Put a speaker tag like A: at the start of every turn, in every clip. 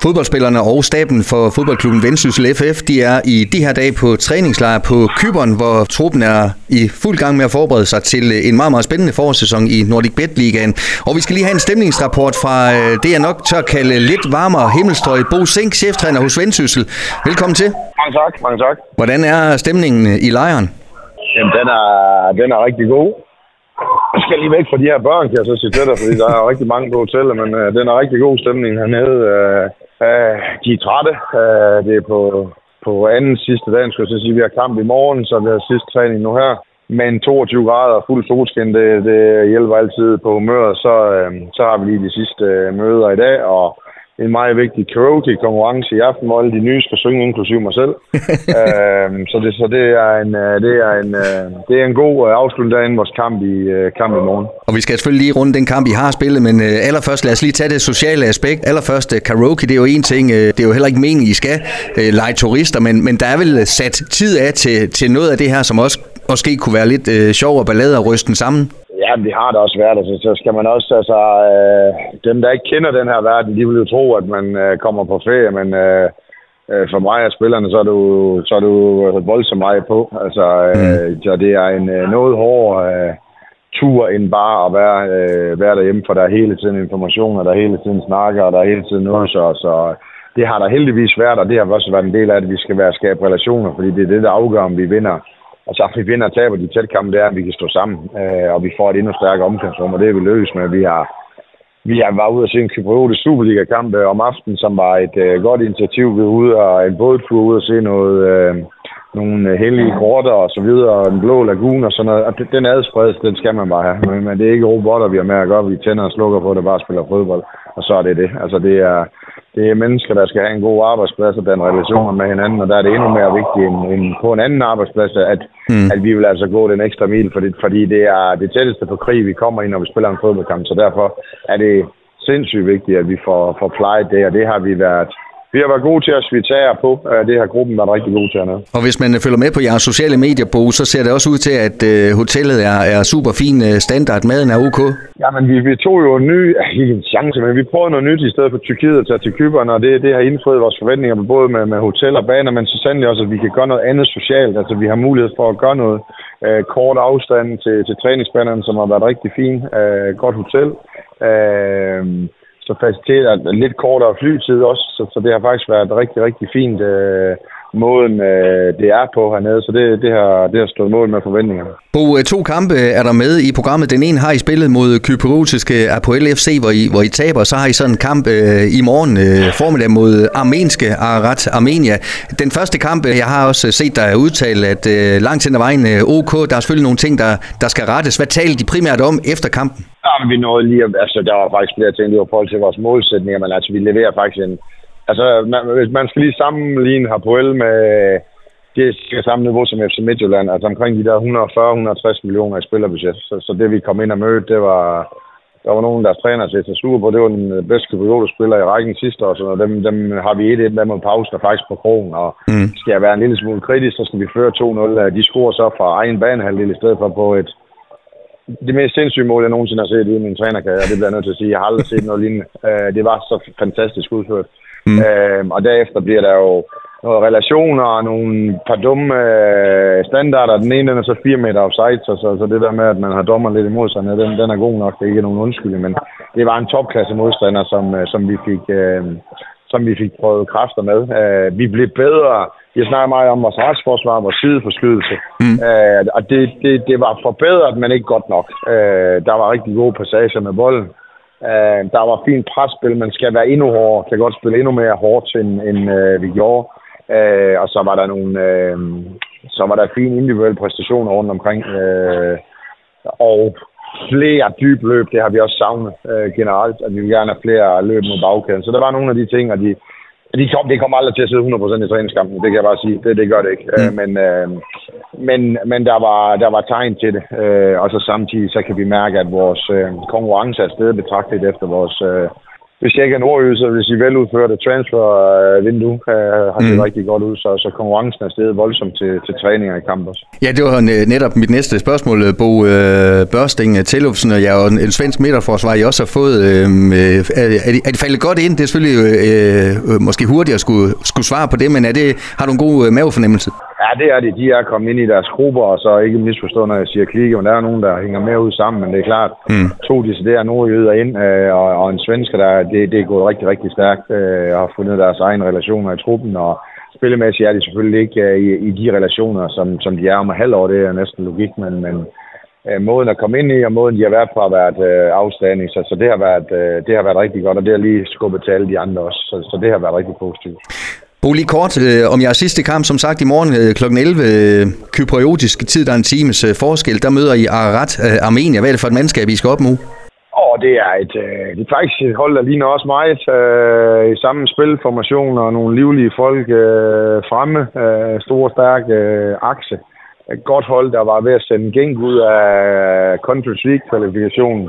A: Fodboldspillerne og staben for fodboldklubben Vendsyssel FF, de er i de her dage på træningslejr på Cypern, hvor truppen er i fuld gang med at forberede sig til en meget, meget spændende forårssæson i Nordic Bet Ligaen. Og vi skal lige have en stemningsrapport fra det, jeg nok tør kalde lidt varmere himmelstrøg. Bo Zink, cheftræner hos Vendsyssel. Velkommen til.
B: Mange tak.
A: Hvordan er stemningen i lejren?
B: Jamen, den er rigtig god. Jeg skal lige væk fra de her børn, kan jeg så sige til dig, fordi der er rigtig mange på hotellet, men den er rigtig god stemning hernede. De er trætte. Det er på anden sidste dag, skal jeg så sige. Vi har kamp i morgen, så det er sidste træning nu her. Men 22 grader og fuld solskin, det hjælper altid på humøret. Så har vi lige de sidste møder i dag, og en meget vigtig karaoke-konkurrence i aften, hvor alle de nye skal synge, inklusive mig selv. Så det er en god afslutning derinde vores kamp i morgen.
A: Og vi skal selvfølgelig lige runde den kamp, I har spillet, men allerførst lad os lige tage det sociale aspekt. Allerførst karaoke, det er jo en ting, det er jo heller ikke meningen, I skal lege turister, men der er vel sat tid af til noget af det her, som også måske kunne være lidt sjov og ballade og rysten sammen?
B: Ja, det har det også været. Altså, så skal man også, dem der ikke kender den her verden, de vil jo tro, at man kommer på ferie, men for mig og spillerne, så er du voldsomt meget på. Altså, så det er en noget hård tur end bare at være derhjemme, for der er hele tiden informationer, der er hele tiden snakker, og der er hele tiden noget, så det har der heldigvis været, og det har også været en del af, at vi skal skabe relationer, fordi det er det, der afgør, om vi vinder. Altså, at vi vinder og taber de tætkampe, det er, at vi kan stå sammen, og vi får et endnu stærkere omklædningsrum, og det er vi løs med. Vi har været ude at se en kypriotisk Superliga-kamp om aftenen, som var et godt initiativ. Vi var ude og en bådtur ude at se nogle hellige grotter og så videre, og en blå lagune og sådan noget. Og den adspredelse, den skal man bare have. Men det er ikke robotter, vi har med at gøre. Vi tænder og slukker på, der bare spiller fodbold, og så er det det. Altså, det er mennesker, der skal have en god arbejdsplads og danne relationer med hinanden, og der er det endnu mere vigtigt end på en anden arbejdsplads, at vi vil altså gå den ekstra mil, fordi det er det tætteste på krig, vi kommer ind, når vi spiller en fodboldkamp. Så derfor er det sindssygt vigtigt, at vi får plejet det, og det har vi været. Vi har været gode til at svitage på. Det har gruppen været rigtig god til hernede.
A: Og hvis man følger med på jeres sociale medier, Bo, så ser det også ud til, at hotellet er super fin standard. Maden er ok.
B: Ja, men vi tog jo en ny chance, men vi prøvede noget nyt i stedet for Tyrkiet at tage til Cypern, og det har indfriet vores forventninger, både med hotel og baner, men så sandelig også, at vi kan gøre noget andet socialt. Altså, vi har mulighed for at gøre noget kort afstand til træningsbanerne, som har været rigtig fint. Godt hotel. Så facilitet er lidt kortere flytid også, så det har faktisk været rigtig, rigtig fint måden det er på hernede, så det har stået mål med forventningerne.
A: Bo, 2 kampe er der med i programmet. Den ene har I spillet mod kypriotiske Apoel FC, hvor I taber, så har I sådan en kamp i morgen formiddag mod armenske Arat Armenia. Den første kamp, jeg har også set dig udtale, at langt hen ad vejen OK, der er selvfølgelig nogle ting, der skal rettes. Hvad talte de primært om efter kampen?
B: Ja, vi nåede lige, altså der var faktisk flere ting, det var i forhold til vores målsætninger, men altså vi leverer faktisk man skal lige sammenligne Hapoel med det samme niveau som FC Midtjylland, altså omkring de der 140-160 millioner i spillerbudget. Så det vi kom ind og mødte, der var nogen, der træner til sur på. Det var den bedste kypriotiske-spiller i rækken sidste år, så dem har vi 1-1 med mod pausen og faktisk på krogen. Og skal jeg være en lille smule kritisk, så skal vi føre 2-0. De scorer så fra egen banehalvdel i stedet for på det mest sindssyge mål, jeg nogensinde har set i min trænerkarriere. Det bliver jeg nødt til at sige. Jeg har aldrig set noget lignende. Det var så fantastisk udført. Og derefter bliver der jo noget relationer og nogle par dumme standarder. Den ene den er så 4 meter offside, så det der med, at man har dommer lidt imod sig, den er god nok. Det er ikke nogen undskyldning, men det var en topklasse modstander, som vi fik prøvet kræfter med. Vi blev bedre. Jeg snakker meget om vores retsforsvar, vores sideforskydelse. Og det var forbedret, men ikke godt nok. Der var rigtig gode passager med bolden. Der var fint presspil, man skal være endnu hårdere, kan godt spille endnu mere hårdt, end vi gjorde. Og så var der fine individuelle præstationer rundt omkring. Og flere dybe løb, det har vi også savnet generelt, at vi vil gerne have flere løb mod bagkæden. Så der var nogle af de ting, og det kommer aldrig til at sidde 100% i træningskampen, det kan jeg bare sige. Det gør det ikke. Men der var tegn til det. Og så samtidig så kan vi mærke, at vores konkurrence er stadig betragtet efter hvis jeg ikke er nordjyde, så vil jeg sige veludført transfer-vindue har set rigtig godt ud, så konkurrencen er steget voldsomt til træninger i kamp også.
A: Ja, det var netop mit næste spørgsmål, Bo Børsting Tellufsen, og jeg er jo en svensk midterforsvar, I også har fået. Er de faldet godt ind? Det er selvfølgelig måske hurtigt at skulle svare på det, men har du en god mavefornemmelse?
B: Ja, det er de. De er kommet ind i deres grupper, og så ikke misforstået, når jeg siger klikke, men der er nogen, der hænger mere ud sammen, men det er klart, 2 deciderede nordjyder ind, og en svensker, det er gået rigtig, rigtig stærkt, og har fundet deres egne relationer i truppen, og spillemæssigt er de selvfølgelig ikke i de relationer, som de er om et halvt år, det er næsten logik, men måden at komme ind i, og måden de har været på, har været afstanding, så det har været rigtig godt, og det har lige skubbet til alle de andre også, så det har været rigtig positivt.
A: Bo, lige kort om jeres sidste kamp, som sagt i morgen kl. 11, kypriotisk tid, der er en times forskel, der møder I Ararat Armenia. Hvad er det for et mandskab, I skal op mod?
B: Det er faktisk et hold, der ligner også meget i samme spilformation og nogle livlige folk fremme, store, stærke akse. Et godt hold, der var ved at sende Genk ud af Conference League-kvalifikationen.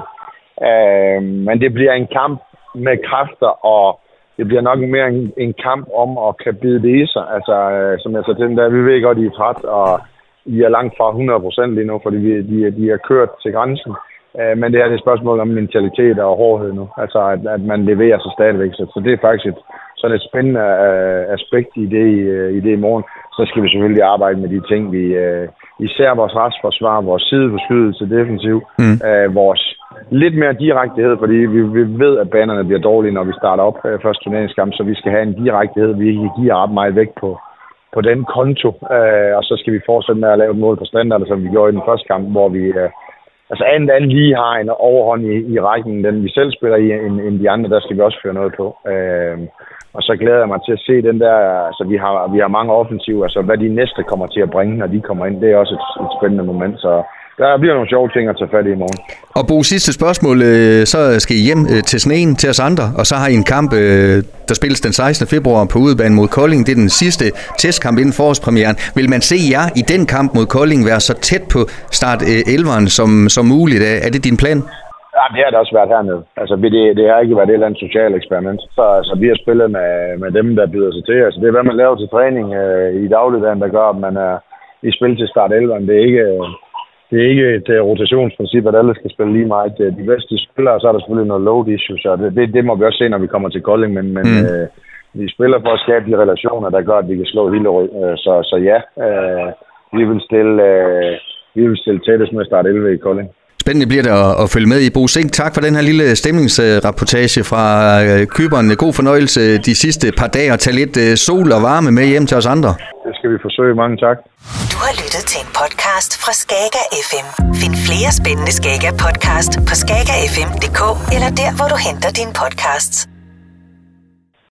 B: Men det bliver en kamp med kræfter, og det bliver nok mere en kamp om at kan bide det i sig. Altså, som jeg sagde til dem der, vi ved godt, I er træt, og I er langt fra 100% lige nu, fordi de er kørt til grænsen. Men det her er et spørgsmål om mentalitet og hårdhed nu. Altså, at man leverer sig stadigvæk. Så det er faktisk et spændende aspekt i det i morgen. Så skal vi selvfølgelig arbejde med de ting, vi især vores retsforsvar, vores sideforskydelse defensiv, vores lidt mere direktehed, fordi vi ved, at banerne bliver dårlige, når vi starter op første turneringskamp, så vi skal have en direktehed, vi ikke giver ret meget vægt på den konto, og så skal vi fortsætte med at lave et mål på standarder, som vi gjorde i den første kamp, hvor vi andet lige har en overhånd i rækken, den vi selv spiller i, end de andre, der skal vi også føre noget på. Og så glæder jeg mig til at se den der, altså vi har mange offensive, altså hvad de næste kommer til at bringe, når de kommer ind, det er også et spændende moment, så der bliver nogle sjove ting at tage fat i morgen.
A: Og Bo, sidste spørgsmål, så skal I hjem til sneen til os andre, og så har I en kamp, der spilles den 16. februar på udebane mod Kolding. Det er den sidste testkamp inden forårspremieren. Vil man se jer i den kamp mod Kolding være så tæt på start 11'eren som muligt? Er det din plan?
B: Ja, det har det også været hernede. Altså, det har ikke været et eller andet socialt eksperiment. Så vi har spillet med dem, der byder sig til. Altså, det er, hvad man laver til træning i dagligdagen, der gør, at man er i spil til start 11'eren. Det er ikke et rotationsprincip, at alle skal spille lige meget. De bedste spillere, så er der selvfølgelig noget load issues, og det må vi også se, når vi kommer til Kolding, men vi spiller for at skabe de relationer, der gør, at vi kan slå Hillerød. Så ja, vi vil stille tættest med start 11 i Kolding.
A: Spændende bliver det at følge med i. Bo Zink, tak for den her lille stemningsrapportage fra Cypern. God fornøjelse de sidste par dage at tage lidt sol og varme med hjem til os andre.
B: Det skal vi forsøge. Mange tak.
C: Du har lyttet til en podcast fra Skager FM. Find flere spændende Skager podcast på skagerfm.dk eller der, hvor du henter dine podcasts.